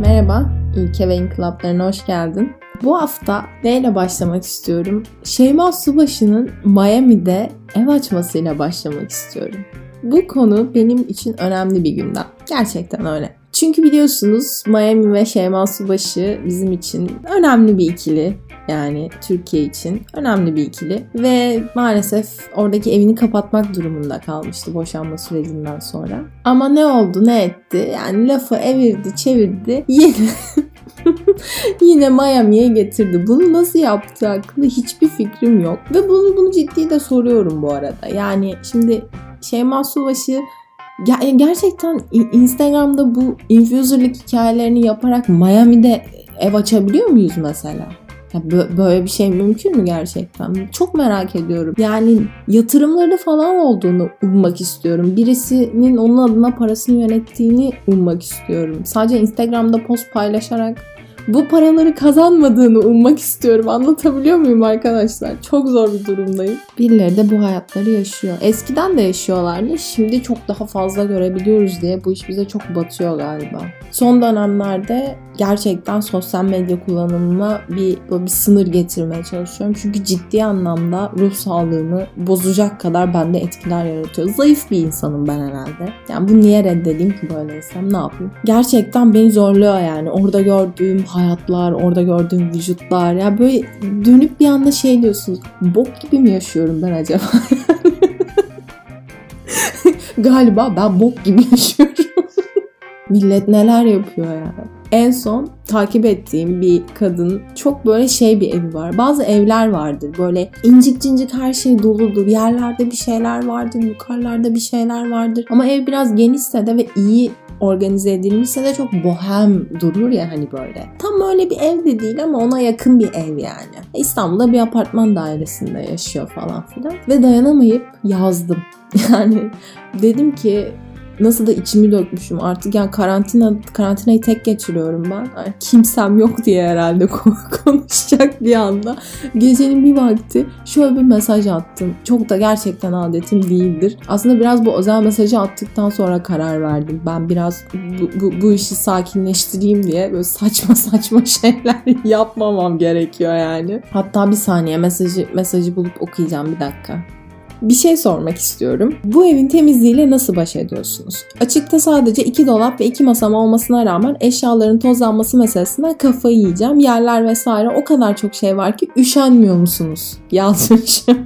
Merhaba, İlke ve İnkılaplarına hoş geldin. Bu hafta neyle başlamak istiyorum? Şeyma Subaşı'nın Miami'de ev açmasıyla başlamak istiyorum. Bu konu benim için önemli bir gündem. Gerçekten öyle. Çünkü biliyorsunuz Miami ve Şeyma Subaşı bizim için önemli bir ikili. Yani Türkiye için önemli bir ikili. Ve maalesef oradaki evini kapatmak durumunda kalmıştı boşanma sürecinden sonra. Ama ne oldu ne etti? Yani lafı evirdi çevirdi. Yine Miami'ye getirdi. Bunu nasıl yaptı hakkında hiçbir fikrim yok. Ve bunu ciddi de soruyorum bu arada. Yani şimdi Şeyma Subaşı gerçekten Instagram'da bu influencerlık hikayelerini yaparak Miami'de ev açabiliyor muyuz mesela? Ya böyle bir şey mümkün mü gerçekten? Çok merak ediyorum. Yani yatırımları falan olduğunu ummak istiyorum. Birisinin onun adına parasını yönettiğini ummak istiyorum. Sadece Instagram'da post paylaşarak bu paraları kazanmadığını ummak istiyorum. Anlatabiliyor muyum arkadaşlar? Çok zor bir durumdayım. Birileri de bu hayatları yaşıyor. Eskiden de yaşıyorlardı. Şimdi çok daha fazla görebiliyoruz diye bu iş bize çok batıyor galiba. Son dönemlerde gerçekten sosyal medya kullanımına bir sınır getirmeye çalışıyorum. Çünkü ciddi anlamda ruh sağlığımı bozacak kadar bende etkiler yaratıyor. Zayıf bir insanım ben herhalde. Yani bunu niye reddedeyim ki böyleysem? Ne yapayım? Gerçekten beni zorluyor yani. Orada gördüğüm hayatlar, orada gördüğüm vücutlar. Ya böyle dönüp bir anda şey diyorsunuz. Bok gibi mi yaşıyorum ben acaba? Galiba ben bok gibi yaşıyorum. Millet neler yapıyor ya. En son takip ettiğim bir kadın çok böyle bir evi var. Bazı evler vardır böyle incik cincik her şey doludur. Yerlerde bir şeyler vardır, yukarılarda bir şeyler vardır. Ama ev biraz genişse de ve iyi organize edilmişse de çok bohem durur ya hani böyle. Tam öyle bir ev de değil ama ona yakın bir ev yani. İstanbul'da bir apartman dairesinde yaşıyor falan filan. Ve dayanamayıp yazdım. Yani dedim ki nasıl da içimi dökmüşüm artık yani karantinayı tek geçiriyorum ben. Yani kimsem yok diye herhalde konuşacak bir anda. Gecenin bir vakti şöyle bir mesaj attım. Çok da gerçekten adetim değildir. Aslında biraz bu özel mesajı attıktan sonra karar verdim. Ben biraz bu işi sakinleştireyim diye böyle saçma şeyler yapmamam gerekiyor yani. Hatta bir saniye mesajı bulup okuyacağım bir dakika. Bir şey sormak istiyorum. Bu evin temizliğiyle nasıl baş ediyorsunuz? Açıkta sadece 2 dolap ve 2 masam olmasına rağmen eşyaların tozlanması meselesinden kafayı yiyeceğim. Yerler vesaire o kadar çok şey var ki üşenmiyor musunuz? Yazmışım.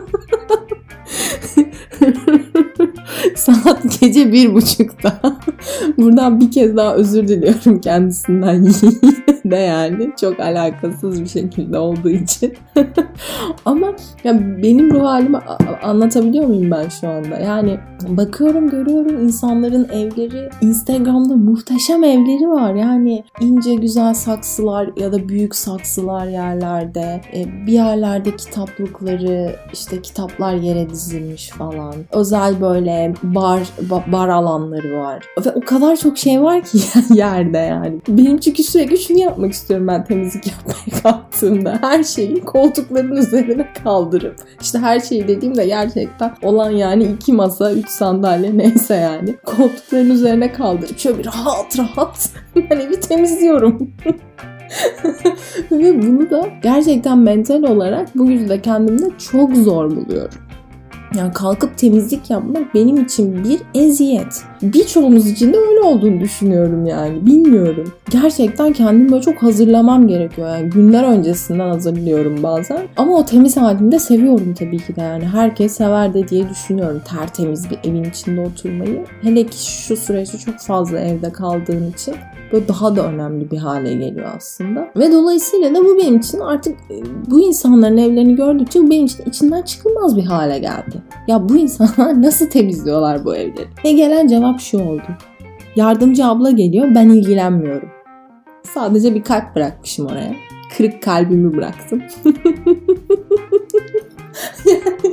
Saat gece 1.30'da. Buradan bir kez daha özür diliyorum kendisinden de yani. Çok alakasız bir şekilde olduğu için. Ama ya benim ruh halimi anlatabiliyor muyum ben şu anda? Yani bakıyorum görüyorum insanların evleri. Instagram'da muhteşem evleri var. Yani ince güzel saksılar ya da büyük saksılar yerlerde. Bir yerlerde kitaplıkları işte kitaplar yere dizilmiş falan. Özel böyle bar alanları var. Ve o kadar çok şey var ki yerde yani. Benim çünkü sürekli şunu yapmak istiyorum ben temizlik yapmaya kalktığımda. Her şeyi koltukların üzerine kaldırıp. İşte her şeyi dediğimde gerçekten olan yani 2 masa, 3 sandalye neyse yani. Koltukların üzerine kaldırıp şöyle bir rahat hani bir temizliyorum. Ve bunu da gerçekten mental olarak bu yüzden kendimde çok zor buluyorum. Yani kalkıp temizlik yapmak benim için bir eziyet. Birçoğumuz için de öyle olduğunu düşünüyorum yani. Bilmiyorum. Gerçekten kendimi böyle çok hazırlamam gerekiyor. Yani günler öncesinden hazırlıyorum bazen. Ama o temiz halini de seviyorum tabii ki de yani. Herkes sever de diye düşünüyorum tertemiz bir evin içinde oturmayı. Hele ki şu süreçte çok fazla evde kaldığım için böyle daha da önemli bir hale geliyor aslında. Ve dolayısıyla da bu benim için artık bu insanların evlerini gördükçe bu benim için içinden çıkılmaz bir hale geldi. Ya bu insanlar nasıl temizliyorlar bu evleri? Ve gelen cevap şu oldu. Yardımcı abla geliyor, ben ilgilenmiyorum. Sadece bir kalp bırakmışım oraya. Kırık kalbimi bıraktım.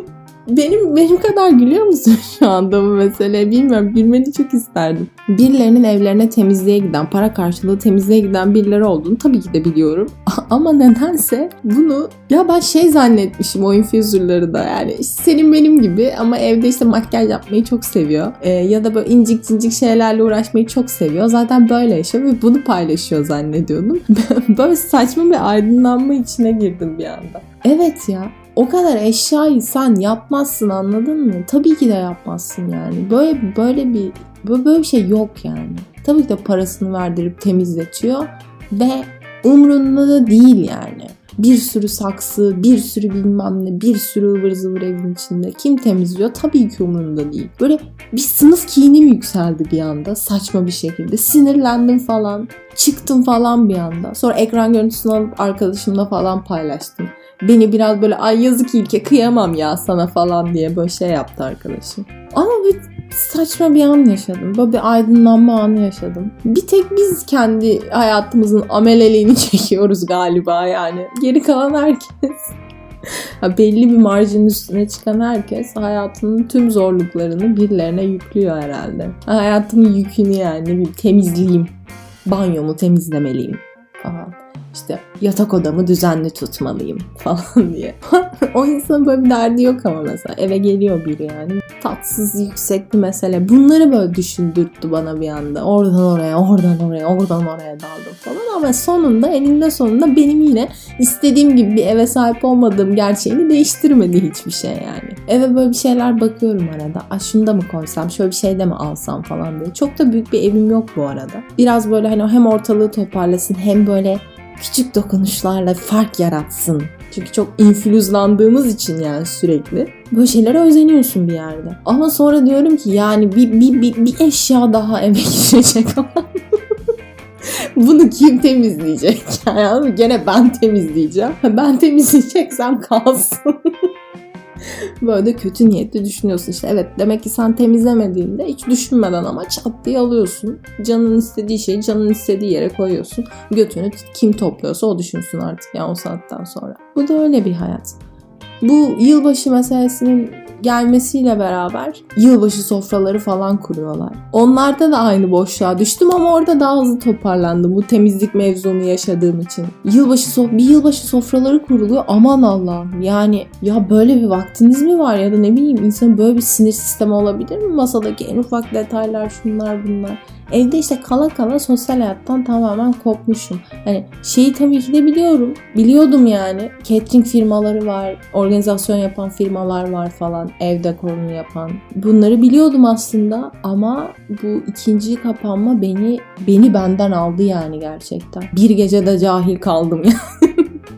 Benim kadar gülüyor musun şu anda bu meseleye? Bilmiyorum. Gülmeni çok isterdim. Birilerinin evlerine temizliğe giden, para karşılığı temizliğe giden birileri olduğunu tabii ki de biliyorum. Ama nedense bunu ya ben şey zannetmişim o infuserları da, yani işte senin benim gibi ama evde işte makyaj yapmayı çok seviyor. Ya da böyle incik cincik şeylerle uğraşmayı çok seviyor. Zaten böyle yaşıyor ve bunu paylaşıyor zannediyordum. Böyle saçma bir aydınlanma içine girdim bir anda. Evet ya. O kadar eşyayı sen yapmazsın, anladın mı? Tabii ki de yapmazsın yani. Böyle bir şey yok yani. Tabii ki de parasını verdirip temizletiyor ve umrunda da değil yani. Bir sürü saksı, bir sürü bilmem ne, bir sürü ıvır zıvır evin içinde. Kim temizliyor? Tabii ki umurunda değil. Böyle bir sınıf kinim yükseldi bir anda saçma bir şekilde. Sinirlendim falan. Çıktım falan bir anda. Sonra ekran görüntüsünü alıp arkadaşımla falan paylaştım. Beni biraz böyle ay yazık İlke kıyamam ya sana falan diye böyle şey yaptı arkadaşım. Ama böyle saçma bir an yaşadım. Böyle bir aydınlanma anı yaşadım. Bir tek biz kendi hayatımızın ameleliğini çekiyoruz galiba yani. Geri kalan herkes. Belli bir marjın üstüne çıkan herkes hayatının tüm zorluklarını birilerine yüklüyor herhalde. Hayatımın yükünü yani bir temizleyeyim. Banyomu temizlemeliyim falan. İşte yatak odamı düzenli tutmalıyım falan diye. O insanın böyle bir derdi yok ama mesela eve geliyor biri yani. Tatsız, yüksek bir mesele. Bunları böyle düşündürttü bana bir anda. Oradan oraya, oradan oraya, oradan oraya daldım falan. Ama sonunda, eninde sonunda benim yine istediğim gibi bir eve sahip olmadığım gerçeğini değiştirmedi hiçbir şey yani. Eve böyle bir şeyler bakıyorum arada. Şunu da mı koysam, şöyle bir şey de mi alsam falan diye. Çok da büyük bir evim yok bu arada. Biraz böyle hani hem ortalığı toparlasın hem böyle küçük dokunuşlarla fark yaratsın. Çünkü çok influzlandığımız için yani sürekli. Böyle şeylere özeniyorsun bir yerde. Ama sonra diyorum ki yani bir eşya daha eve girecek ama bunu kim temizleyecek? Yani gene ben temizleyeceğim. Ben temizleyeceksem kalsın. Böyle de kötü niyetli düşünüyorsun işte. Evet, demek ki sen temizlemediğinde hiç düşünmeden ama çat diye alıyorsun. Canın istediği şeyi canın istediği yere koyuyorsun. Götünü kim topluyorsa o düşünsün artık yani o saatten sonra. Bu da öyle bir hayat. Bu yılbaşı meselesinin gelmesiyle beraber yılbaşı sofraları falan kuruyorlar. Onlarda da aynı boşluğa düştüm ama orada daha hızlı toparlandım bu temizlik mevzunu yaşadığım için. Bir yılbaşı sofraları kuruluyor. Aman Allah'ım, yani ya böyle bir vaktiniz mi var ya da ne bileyim insanın böyle bir sinir sistemi olabilir mi? Masadaki en ufak detaylar, şunlar bunlar. Evde işte kala kala sosyal hayattan tamamen kopmuşum. Hani şeyi tabii ki de biliyorum. Biliyordum yani. Catering firmaları var. Organizasyon yapan firmalar var falan. Ev dekorunu yapan. Bunları biliyordum aslında. Ama bu ikinci kapanma beni benden aldı yani gerçekten. Bir gecede cahil kaldım yani.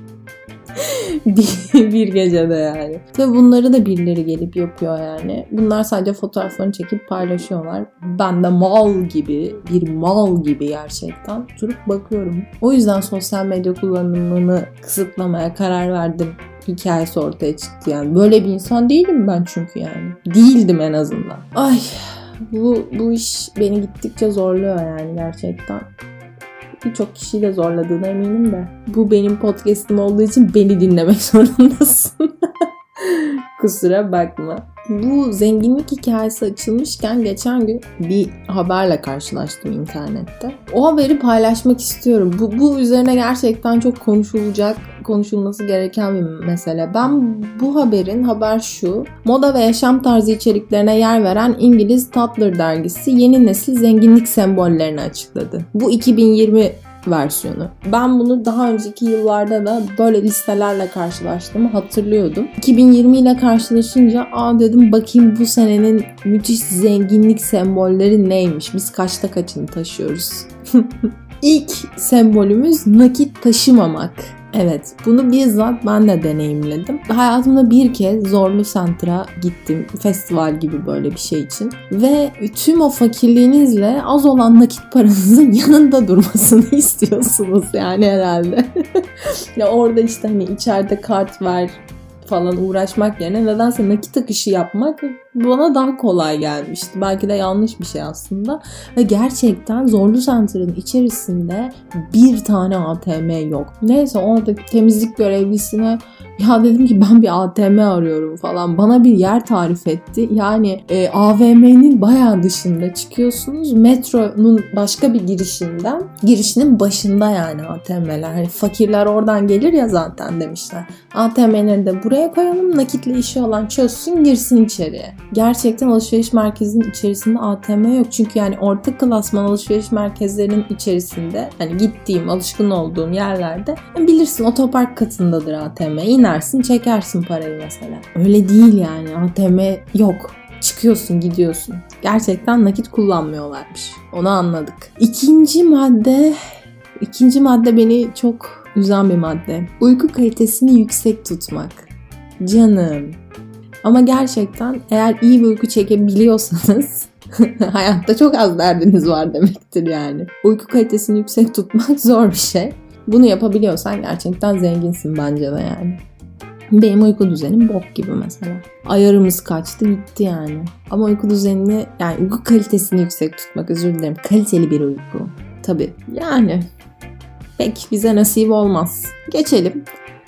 bir gecede yani. Tabii bunları da birileri gelip yapıyor yani. Bunlar sadece fotoğraflarını çekip paylaşıyorlar. Ben de bir mal gibi gerçekten durup bakıyorum. O yüzden sosyal medya kullanımını kısıtlamaya karar verdim. Hikayesi ortaya çıktı yani. Böyle bir insan değilim ben çünkü yani. Değildim en azından. Ay, bu iş beni gittikçe zorluyor yani gerçekten. Birçok kişiyi de zorladığına eminim de. Bu benim podcast'im olduğu için beni dinlemek zorundasın. Kusura bakma. Bu zenginlik hikayesi açılmışken geçen gün bir haberle karşılaştım internette. O haberi paylaşmak istiyorum. Bu üzerine gerçekten çok konuşulması gereken bir mesele. Ben bu haber şu. Moda ve yaşam tarzı içeriklerine yer veren İngiliz Tatler dergisi yeni nesil zenginlik sembollerini açıkladı. Bu 2020 versiyonu. Ben bunu daha önceki yıllarda da böyle listelerle karşılaştığımı hatırlıyordum. 2020 ile karşılaşınca dedim bakayım bu senenin müthiş zenginlik sembolleri neymiş? Biz kaçta kaçını taşıyoruz? İlk sembolümüz nakit taşımamak. Evet, bunu bizzat ben de deneyimledim. Hayatımda bir kez Zorlu Center'a gittim. Festival gibi böyle bir şey için. Ve tüm o fakirliğinizle az olan nakit paranızın yanında durmasını istiyorsunuz yani herhalde. Ya orada işte hani içeride kart ver falan uğraşmak yerine nedense nakit akışı yapmak bana daha kolay gelmişti. Belki de yanlış bir şey aslında. Ve gerçekten Zorlu Center'ın içerisinde bir tane ATM yok. Neyse oradaki temizlik görevlisine ya dedim ki ben bir ATM arıyorum falan. Bana bir yer tarif etti. Yani AVM'nin bayağı dışında çıkıyorsunuz. Metronun başka bir girişinin başında yani ATM'ler. Hani fakirler oradan gelir ya zaten demişler. ATM'leri de buraya koyalım. Nakitle işi olan çözsün, girsin içeriye. Gerçekten alışveriş merkezinin içerisinde ATM yok. Çünkü yani orta klasman alışveriş merkezlerinin içerisinde hani gittiğim, alışkın olduğum yerlerde bilirsin otopark katındadır ATM. İnersin, çekersin parayı mesela. Öyle değil yani. ATM yok. Çıkıyorsun, gidiyorsun. Gerçekten nakit kullanmıyorlarmış. Onu anladık. İkinci madde beni çok üzen bir madde. Uyku kalitesini yüksek tutmak. Canım. Ama gerçekten eğer iyi bir uyku çekebiliyorsanız hayatta çok az derdiniz var demektir yani. Uyku kalitesini yüksek tutmak zor bir şey. Bunu yapabiliyorsan gerçekten zenginsin bence de yani. Benim uyku düzenim bok gibi mesela. Ayarımız kaçtı gitti yani. Ama uyku düzenini yani uyku kalitesini yüksek tutmak, özür dilerim. Kaliteli bir uyku. Tabii yani pek bize nasip olmaz. Geçelim.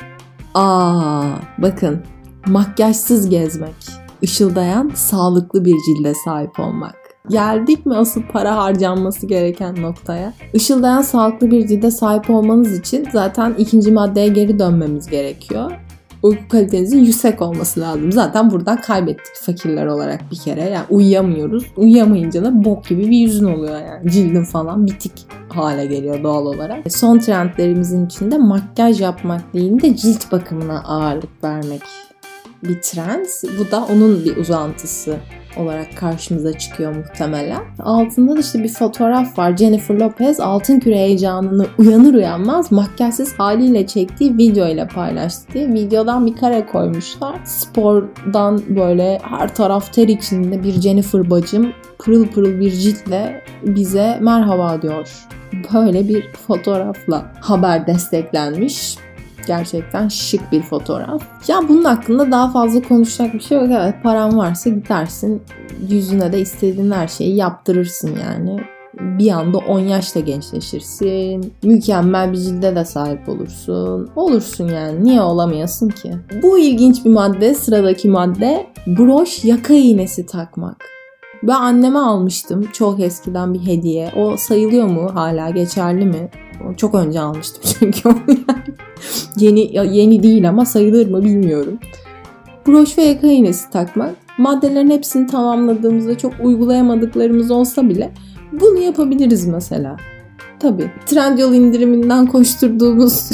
Bakın. Makyajsız gezmek. Işıldayan sağlıklı bir cilde sahip olmak. Geldik mi asıl para harcanması gereken noktaya? Işıldayan sağlıklı bir cilde sahip olmanız için zaten ikinci maddeye geri dönmemiz gerekiyor. Uyku kalitenizin yüksek olması lazım. Zaten buradan kaybettik fakirler olarak bir kere. Yani uyuyamıyoruz. Uyuyamayınca da bok gibi bir yüzün oluyor yani. Cildin falan bitik hale geliyor doğal olarak. Son trendlerimizin içinde makyaj yapmak değil de cilt bakımına ağırlık vermek bir trend. Bu da onun bir uzantısı olarak karşımıza çıkıyor muhtemelen. Altında da işte bir fotoğraf var. Jennifer Lopez altın küre heyecanını uyanır uyanmaz makyajsız haliyle çektiği video ile paylaştı diye videodan bir kare koymuşlar. Spordan böyle her taraf ter içinde bir Jennifer bacım pırıl pırıl bir ciltle bize merhaba diyor. Böyle bir fotoğrafla haber desteklenmiş. Gerçekten şık bir fotoğraf. Ya bunun hakkında daha fazla konuşacak bir şey yok. Evet, paran varsa gidersin. Yüzüne de istediğin her şeyi yaptırırsın yani. Bir anda 10 yaşta gençleşirsin. Mükemmel bir cilde de sahip olursun. Olursun yani. Niye olamayasın ki? Bu ilginç bir madde. Sıradaki madde broş yaka iğnesi takmak. Ben anneme almıştım. Çok eskiden bir hediye. O sayılıyor mu? Hala geçerli mi? Çok önce almıştım çünkü onu yani. Yeni değil ama sayılır mı bilmiyorum. Broş ve yaka iğnesi takmak. Maddelerin hepsini tamamladığımızda çok uygulayamadıklarımız olsa bile bunu yapabiliriz mesela. Tabii. Trendyol indiriminden koşturduğumuz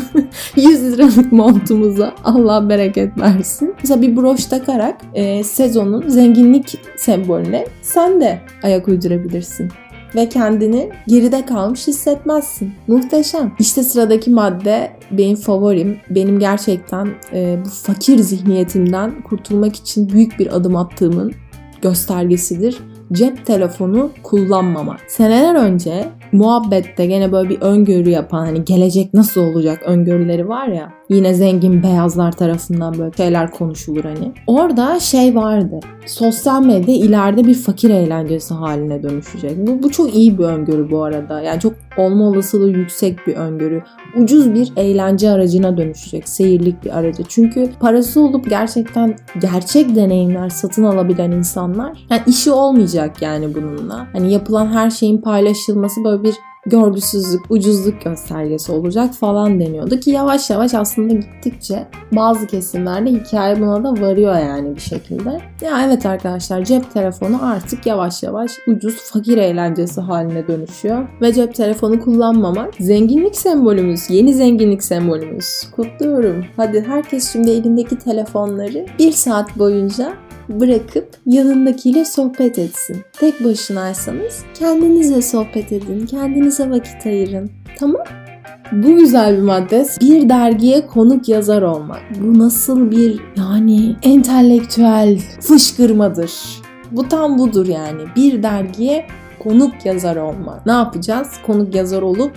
100 liralık montumuza Allah bereket versin. Mesela bir broş takarak sezonun zenginlik sembolüne sen de ayak uydurabilirsin. Ve kendini geride kalmış hissetmezsin. Muhteşem. İşte sıradaki madde benim favorim. Benim gerçekten bu fakir zihniyetimden kurtulmak için büyük bir adım attığımın göstergesidir. Cep telefonu kullanmamak. Seneler önce muhabbette gene böyle bir öngörü yapan hani gelecek nasıl olacak öngörüleri var ya. Yine zengin beyazlar tarafından böyle şeyler konuşulur hani. Orada şey vardı. Sosyal medya ileride bir fakir eğlencesi haline dönüşecek. Bu çok iyi bir öngörü bu arada. Yani çok olma olasılığı yüksek bir öngörü. Ucuz bir eğlence aracına dönüşecek. Seyirlik bir aracı. Çünkü parası olup gerçekten gerçek deneyimler satın alabilen insanlar yani işi olmayacak yani bununla. Hani yapılan her şeyin paylaşılması böyle bir görgüsüzlük, ucuzluk göstergesi olacak falan deniyordu ki yavaş yavaş aslında gittikçe bazı kesimlerde hikaye buna da varıyor yani bir şekilde. Ya evet arkadaşlar, cep telefonu artık yavaş yavaş ucuz fakir eğlencesi haline dönüşüyor ve cep telefonu kullanmamak zenginlik sembolümüz, yeni zenginlik sembolümüz. Kutluyorum. Hadi herkes şimdi elindeki telefonları 1 saat boyunca bırakıp yanındakiyle sohbet etsin. Tek başınaysanız kendinizle sohbet edin. Kendinize vakit ayırın. Tamam? Bu güzel bir madde. Bir dergiye konuk yazar olmak. Bu nasıl bir yani entelektüel fışkırmadır. Bu tam budur yani. Bir dergiye konuk yazar olmak. Ne yapacağız? Konuk yazar olup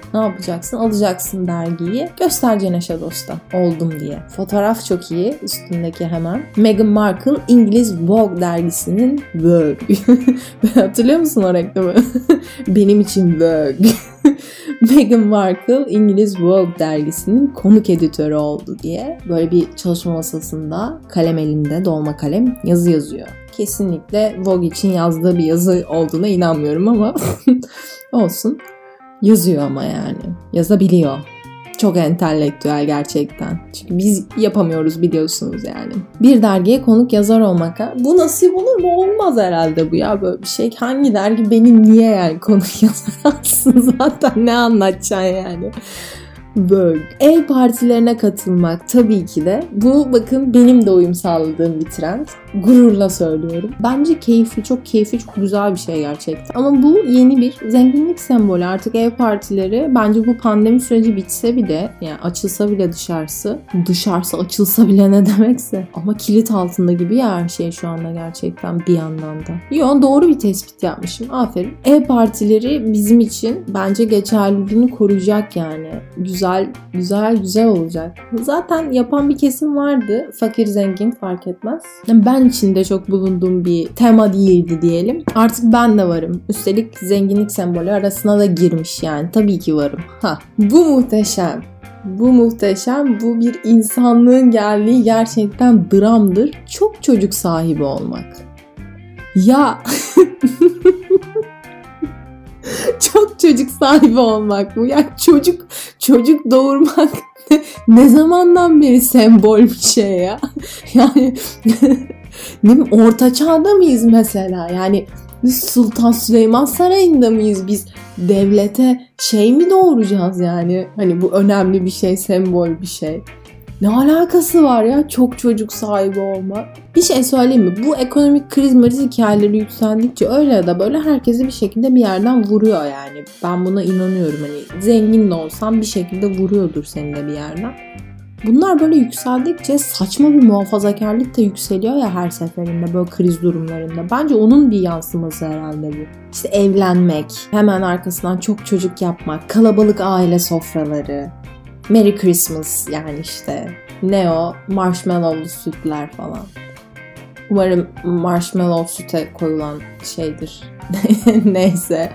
Ne yapacaksın? Alacaksın dergiyi. Göstereceksin eşe dosta. Oldum diye. Fotoğraf çok iyi. Üstündeki hemen. Meghan Markle İngiliz Vogue dergisinin Vogue. Hatırlıyor musun o reklamı? Benim için Vogue. Meghan Markle İngiliz Vogue dergisinin konuk editörü oldu diye böyle bir çalışma masasında kalem elinde, dolma kalem yazı yazıyor. Kesinlikle Vogue için yazdığı bir yazı olduğuna inanmıyorum ama olsun. Yazıyor ama yani. Yazabiliyor. Çok entelektüel gerçekten. Çünkü biz yapamıyoruz biliyorsunuz yani. Bir dergiye konuk yazar olmak. Bu nasip olur mu? Olmaz herhalde bu ya böyle bir şey. Hangi dergi benim niye yani konuk yazar alsın zaten ne anlatacaksın yani. Vogue. Ev partilerine katılmak tabii ki de. Bu bakın benim de uyum sağladığım bir trend. Gururla söylüyorum. Bence keyifli, çok keyifli, çok güzel bir şey gerçekten. Ama bu yeni bir zenginlik sembolü. Artık ev partileri bence bu pandemi süreci bitse bile, yani açılsa bile dışarısı açılsa bile ne demekse. Ama kilit altında gibi ya her şey şu anda gerçekten bir yandan da. Yo, doğru bir tespit yapmışım. Aferin. Ev partileri bizim için bence geçerliliğini koruyacak yani. Güzel olacak. Zaten yapan bir kesim vardı. Fakir zengin fark etmez. Ben içinde çok bulunduğum bir tema değildi diyelim. Artık ben de varım. Üstelik zenginlik sembolü arasına da girmiş yani. Tabii ki varım. Bu muhteşem. Bu muhteşem. Bu bir insanlığın geldiği gerçekten dramdır. Çok çocuk sahibi olmak. Ya... Çok çocuk sahibi olmak bu. Ya çocuk doğurmak ne zamandan beri sembol bir şey ya. Yani orta çağda mıyız mesela? Yani biz Sultan Süleyman Sarayı'nda mıyız? Biz devlete şey mi doğuracağız yani? Hani bu önemli bir şey, sembol bir şey. Ne alakası var ya çok çocuk sahibi olmak? Bir şey söyleyeyim mi? Bu ekonomik kriz hikayeleri yükseldikçe öyle ya da böyle herkesi bir şekilde bir yerden vuruyor yani. Ben buna inanıyorum. Hani zengin de olsan bir şekilde vuruyordur seni de bir yerden. Bunlar böyle yükseldikçe saçma bir muhafazakarlık da yükseliyor ya her seferinde böyle kriz durumlarında. Bence onun bir yansıması herhalde bu. İşte evlenmek, hemen arkasından çok çocuk yapmak, kalabalık aile sofraları. Merry Christmas yani işte ne o marshmallowlu sütler falan. Umarım marshmallow süte koyulan şeydir. Neyse.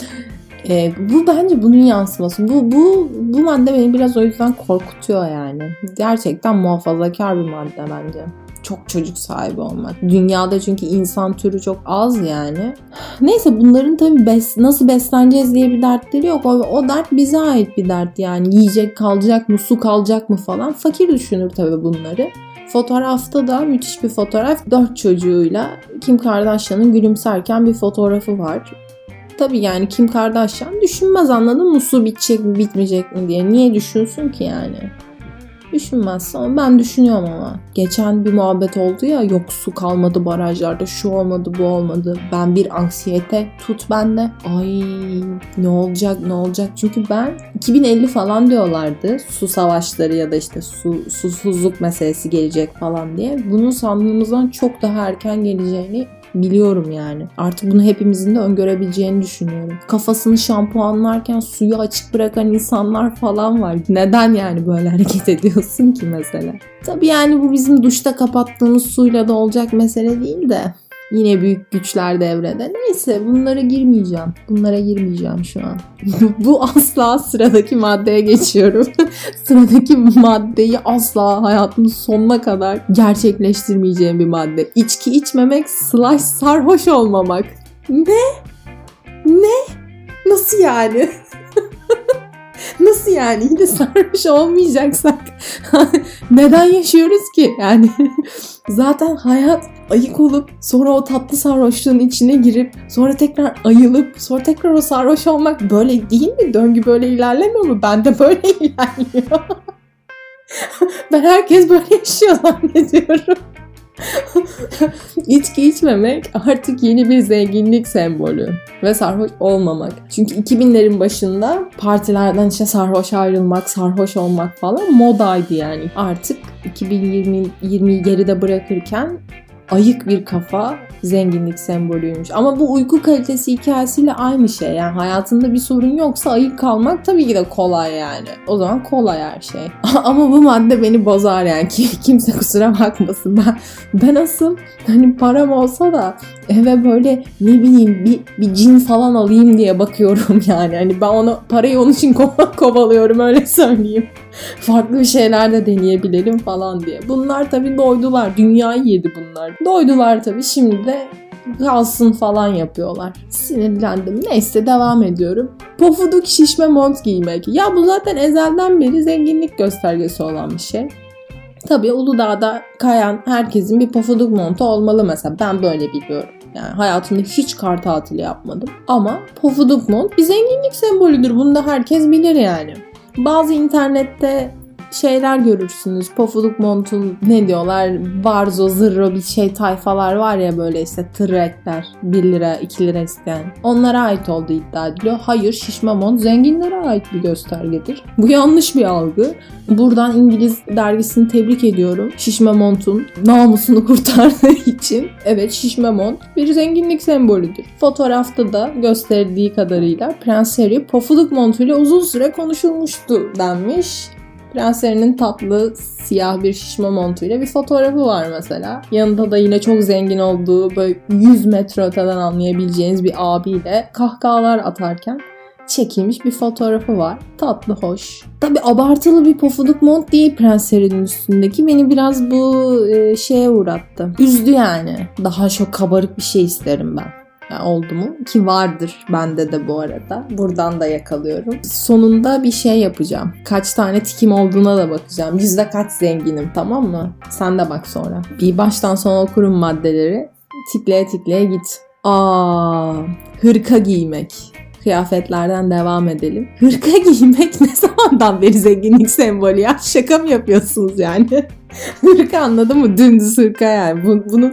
Bu bence bunun yansıması. Bu madde beni biraz o yüzden korkutuyor yani. Gerçekten muhafazakar bir madde bence. Çok çocuk sahibi olmak. Dünyada çünkü insan türü çok az yani. Neyse bunların tabii nasıl besleneceğiz diye bir dertleri yok. O dert bize ait bir dert yani. Yiyecek kalacak mı, su kalacak mı falan. Fakir düşünür tabii bunları. Fotoğrafta da müthiş bir fotoğraf. 4 çocuğuyla Kim Kardashian'ın gülümserken bir fotoğrafı var. Tabii yani Kim Kardashian düşünmez anladın mı? Su bitecek mi bitmeyecek mi diye. Niye düşünsün ki yani? Düşünmezsin ama ben düşünüyorum ama. Geçen bir muhabbet oldu ya yok su kalmadı barajlarda şu olmadı bu olmadı. Ben bir anksiyete tut bende. Ay ne olacak çünkü ben 2050 falan diyorlardı. Su savaşları ya da işte susuzluk meselesi gelecek falan diye. Bunun sandığımızdan çok daha erken geleceğini biliyorum yani. Artık bunu hepimizin de öngörebileceğini düşünüyorum. Kafasını şampuanlarken suyu açık bırakan insanlar falan var. Neden yani böyle hareket ediyorsun ki mesela? Tabii yani bu bizim duşta kapattığımız suyla da olacak mesele değil de. Yine büyük güçler devrede. Neyse bunlara girmeyeceğim şu an. Bu asla sıradaki maddeye geçiyorum. Sıradaki maddeyi asla hayatımın sonuna kadar gerçekleştirmeyeceğim bir madde. İçki içmemek, sarhoş olmamak. Ne? Nasıl yani? Nasıl yani? Yine sarhoş olmayacaksak neden yaşıyoruz ki? Yani zaten hayat ayık olup sonra o tatlı sarhoşluğun içine girip sonra tekrar ayılıp sonra tekrar o sarhoş olmak böyle değil mi? Döngü böyle ilerlemiyor mu? Bende böyle ilerliyor. Ben herkes böyle yaşıyor zannediyorum. İçki içmemek artık yeni bir zenginlik sembolü ve sarhoş olmamak. Çünkü 2000'lerin başında partilerden işte sarhoş ayrılmak, sarhoş olmak falan modaydı yani. Artık 2020'yi geride bırakırken ayık bir kafa zenginlik sembolüymüş. Ama bu uyku kalitesi hikayesiyle aynı şey. Yani hayatında bir sorun yoksa ayık kalmak tabii ki de kolay yani. O zaman kolay her şey. Ama bu madde beni bozar yani. Kimse kusura bakmasın. Ben asıl hani param olsa da eve böyle ne bileyim bir cin falan alayım diye bakıyorum yani. Hani ben parayı onun için kovalıyorum, öyle söyleyeyim. Farklı bir şeyler de deneyebilelim falan diye. Bunlar tabii doydular. Dünyayı yedi bunlar. Doydular tabii. Şimdi de kalsın falan yapıyorlar. Sinirlendim. Neyse, devam ediyorum. Pofuduk şişme mont giymek. Ya bu zaten ezelden beri zenginlik göstergesi olan bir şey. Tabii Uludağ'da kayan herkesin bir pofuduk montu olmalı mesela. Ben böyle biliyorum. Yani hayatımda hiç kar tatili yapmadım. Ama pofuduk mont bir zenginlik sembolüdür. Bunu da herkes bilir yani. Bazı internette şeyler görürsünüz. Pofuduk montun ne diyorlar? Barzo, zırro bir şey tayfalar var ya, böyle işte tırrekler. 1 lira 2 lira isteyen. Onlara ait olduğu iddia ediliyor. Hayır, şişme mont zenginlere ait bir göstergedir. Bu yanlış bir algı. Buradan İngiliz dergisini tebrik ediyorum. Şişme montun namusunu kurtardığı için. Evet, şişme mont bir zenginlik sembolüdür. Fotoğrafta da gösterdiği kadarıyla Prens Harry pofuduk montuyla uzun süre konuşulmuştu denmiş. Prens Harry'nin tatlı siyah bir şişme montuyla bir fotoğrafı var mesela. Yanında da yine çok zengin olduğu, böyle 100 metre öteden anlayabileceğiniz bir abiyle kahkahalar atarken çekilmiş bir fotoğrafı var. Tatlı, hoş. Tabii abartılı bir pofuduk mont değil Prens Harry'nin üstündeki. Beni biraz bu şeye uğrattı. Üzdü yani. Daha çok kabarık bir şey isterim ben. Yani oldu mu? Ki vardır bende de bu arada. Buradan da yakalıyorum. Sonunda bir şey yapacağım. Kaç tane tikim olduğuna da bakacağım. Yüzde kaç zenginim, tamam mı? Sen de bak sonra. Bir baştan sona okurum maddeleri. Tikleye tikleye git. Hırka giymek. Kıyafetlerden devam edelim. Hırka giymek ne zamandan beri zenginlik sembolü ya? Şaka mı yapıyorsunuz yani? Hırka, anladın mı? Dümdüz hırka yani.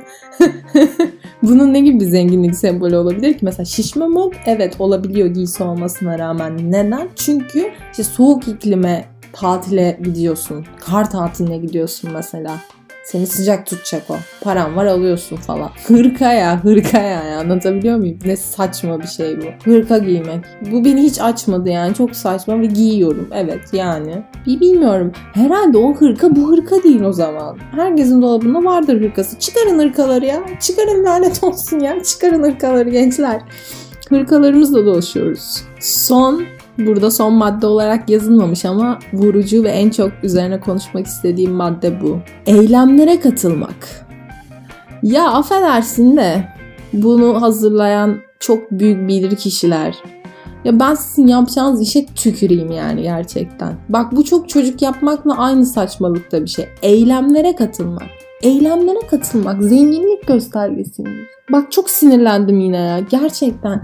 Bunun ne gibi bir zenginlik sembolü olabilir ki? Mesela şişme mont evet olabiliyor giysi olmasına rağmen. Neden? Çünkü işte soğuk iklime tatile gidiyorsun. Kar tatiline gidiyorsun mesela. Seni sıcak tutacak o. Paran var, alıyorsun falan. Hırka ya anlatabiliyor muyum? Ne saçma bir şey bu. Hırka giymek. Bu beni hiç açmadı yani. Çok saçma ve giyiyorum. Evet yani. Bilmiyorum. Herhalde o hırka bu hırka değil o zaman. Herkesin dolabında vardır hırkası. Çıkarın hırkaları ya. Çıkarın, lanet olsun ya. Çıkarın hırkaları gençler. Hırkalarımızla dolaşıyoruz. Burada son madde olarak yazılmamış ama vurucu ve en çok üzerine konuşmak istediğim madde bu. Eylemlere katılmak. Ya affedersin de bunu hazırlayan çok büyük bilirkişiler. Ya ben sizin yapacağınız işe tüküreyim yani gerçekten. Bak, bu çok çocuk yapmakla aynı saçmalıkta bir şey. Eylemlere katılmak. Eylemlere katılmak zenginlik göstergesiymiş. Bak çok sinirlendim yine ya. Gerçekten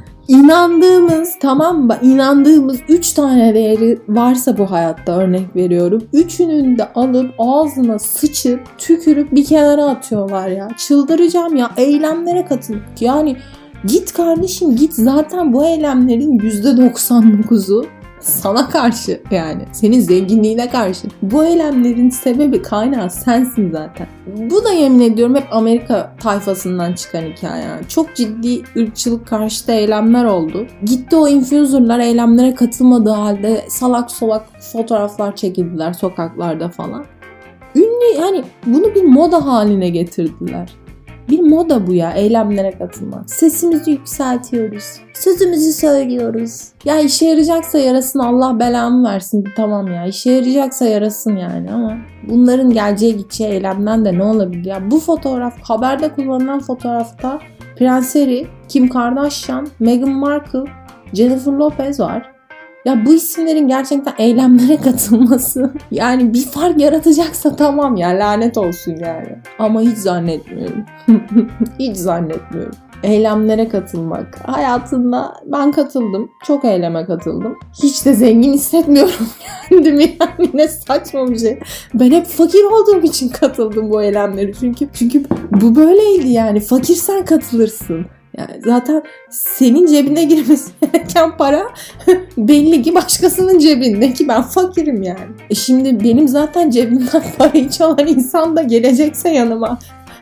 inandığımız 3 tane değeri varsa bu hayatta, örnek veriyorum. 3'ünün de alıp ağzına sıçıp tükürüp bir kenara atıyorlar ya. Çıldıracağım ya. Eylemlere katılmak. Yani git kardeşim git, zaten bu eylemlerin %99'u sana karşı, yani senin zenginliğine karşı. Bu eylemlerin sebebi, kaynağı sensin zaten. Bu da yemin ediyorum hep Amerika tayfasından çıkan hikaye. Yani çok ciddi ırkçılık karşıtı eylemler oldu. Gitti o influencerlar eylemlere katılmadığı halde salak solak fotoğraflar çekildiler sokaklarda falan. Ünlü, yani bunu bir moda haline getirdiler. Bir moda bu ya, eylemlere katılmak. Sesimizi yükseltiyoruz. Sözümüzü söylüyoruz. Ya işe yarayacaksa yarasın, Allah belamı versin. Tamam ya, işe yarayacaksa yarasın yani, ama bunların geleceği gideceği eylemden de ne olabilir? Ya bu fotoğraf, haberde kullanılan fotoğrafta Prens Harry, Kim Kardashian, Meghan Markle, Jennifer Lopez var. Ya bu isimlerin gerçekten eylemlere katılması, yani bir fark yaratacaksa tamam ya, lanet olsun yani. Ama hiç zannetmiyorum. Hiç zannetmiyorum. Eylemlere katılmak. Hayatımda ben katıldım. Çok eyleme katıldım. Hiç de zengin hissetmiyorum kendimi yani. Ne saçma bir şey. Ben hep fakir olduğum için katıldım bu eylemlere. Çünkü bu böyleydi yani. Fakirsen katılırsın. Yani zaten senin cebine girmesi gereken para belli ki başkasının cebinde, ki ben fakirim yani. Şimdi benim zaten cebimden parayı çalan insan da gelecekse yanıma,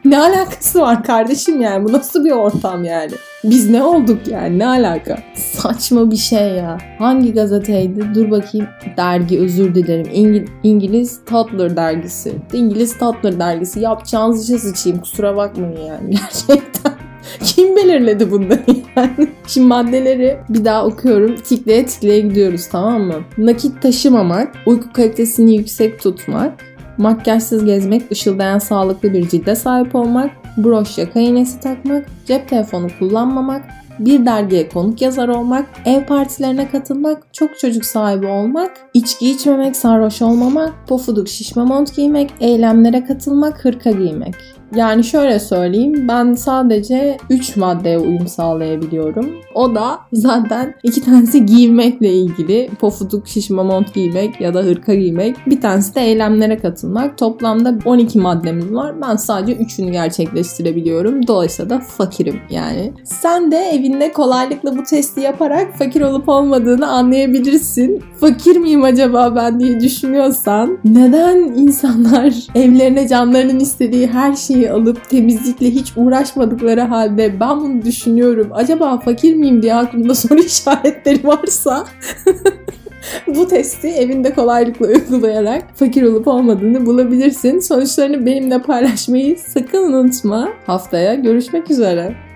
Ne alakası var kardeşim yani? Bu nasıl bir ortam yani? Biz ne olduk yani? Ne alaka? Saçma bir şey ya. Hangi gazeteydi? Dur bakayım. Dergi, özür dilerim. İngiliz Tatler dergisi. İngiliz Tatler dergisi. Yapacağınız işe sıçayım. Kusura bakmayın yani. Gerçekten. Kim belirledi bunları yani? Şimdi maddeleri bir daha okuyorum. Tikleye tikleye gidiyoruz, tamam mı? Nakit taşımamak, uyku kalitesini yüksek tutmak, makyajsız gezmek, ışıldayan sağlıklı bir cilde sahip olmak, broş yaka iğnesi takmak, cep telefonu kullanmamak, bir dergiye konuk yazar olmak, ev partilerine katılmak, çok çocuk sahibi olmak, içki içmemek, sarhoş olmamak, pofuduk şişme mont giymek, eylemlere katılmak, hırka giymek. Yani şöyle söyleyeyim, ben sadece 3 maddeye uyum sağlayabiliyorum. O da zaten 2 tanesi giyinmekle ilgili. Pofuduk şişme mont giymek ya da hırka giymek. Bir tanesi de eylemlere katılmak. Toplamda 12 maddemiz var. Ben sadece 3'ünü gerçekleştirebiliyorum. Dolayısıyla da fakirim yani. Sen de evinde kolaylıkla bu testi yaparak fakir olup olmadığını anlayabilirsin. Fakir miyim acaba ben diye düşünüyorsan, neden insanlar evlerine canlarının istediği her şeyi alıp temizlikle hiç uğraşmadıkları halde ben bunu düşünüyorum, acaba fakir miyim diye aklımda soru işaretleri varsa bu testi evinde kolaylıkla uygulayarak fakir olup olmadığını bulabilirsin. Sonuçlarını benimle paylaşmayı sakın unutma. Haftaya görüşmek üzere.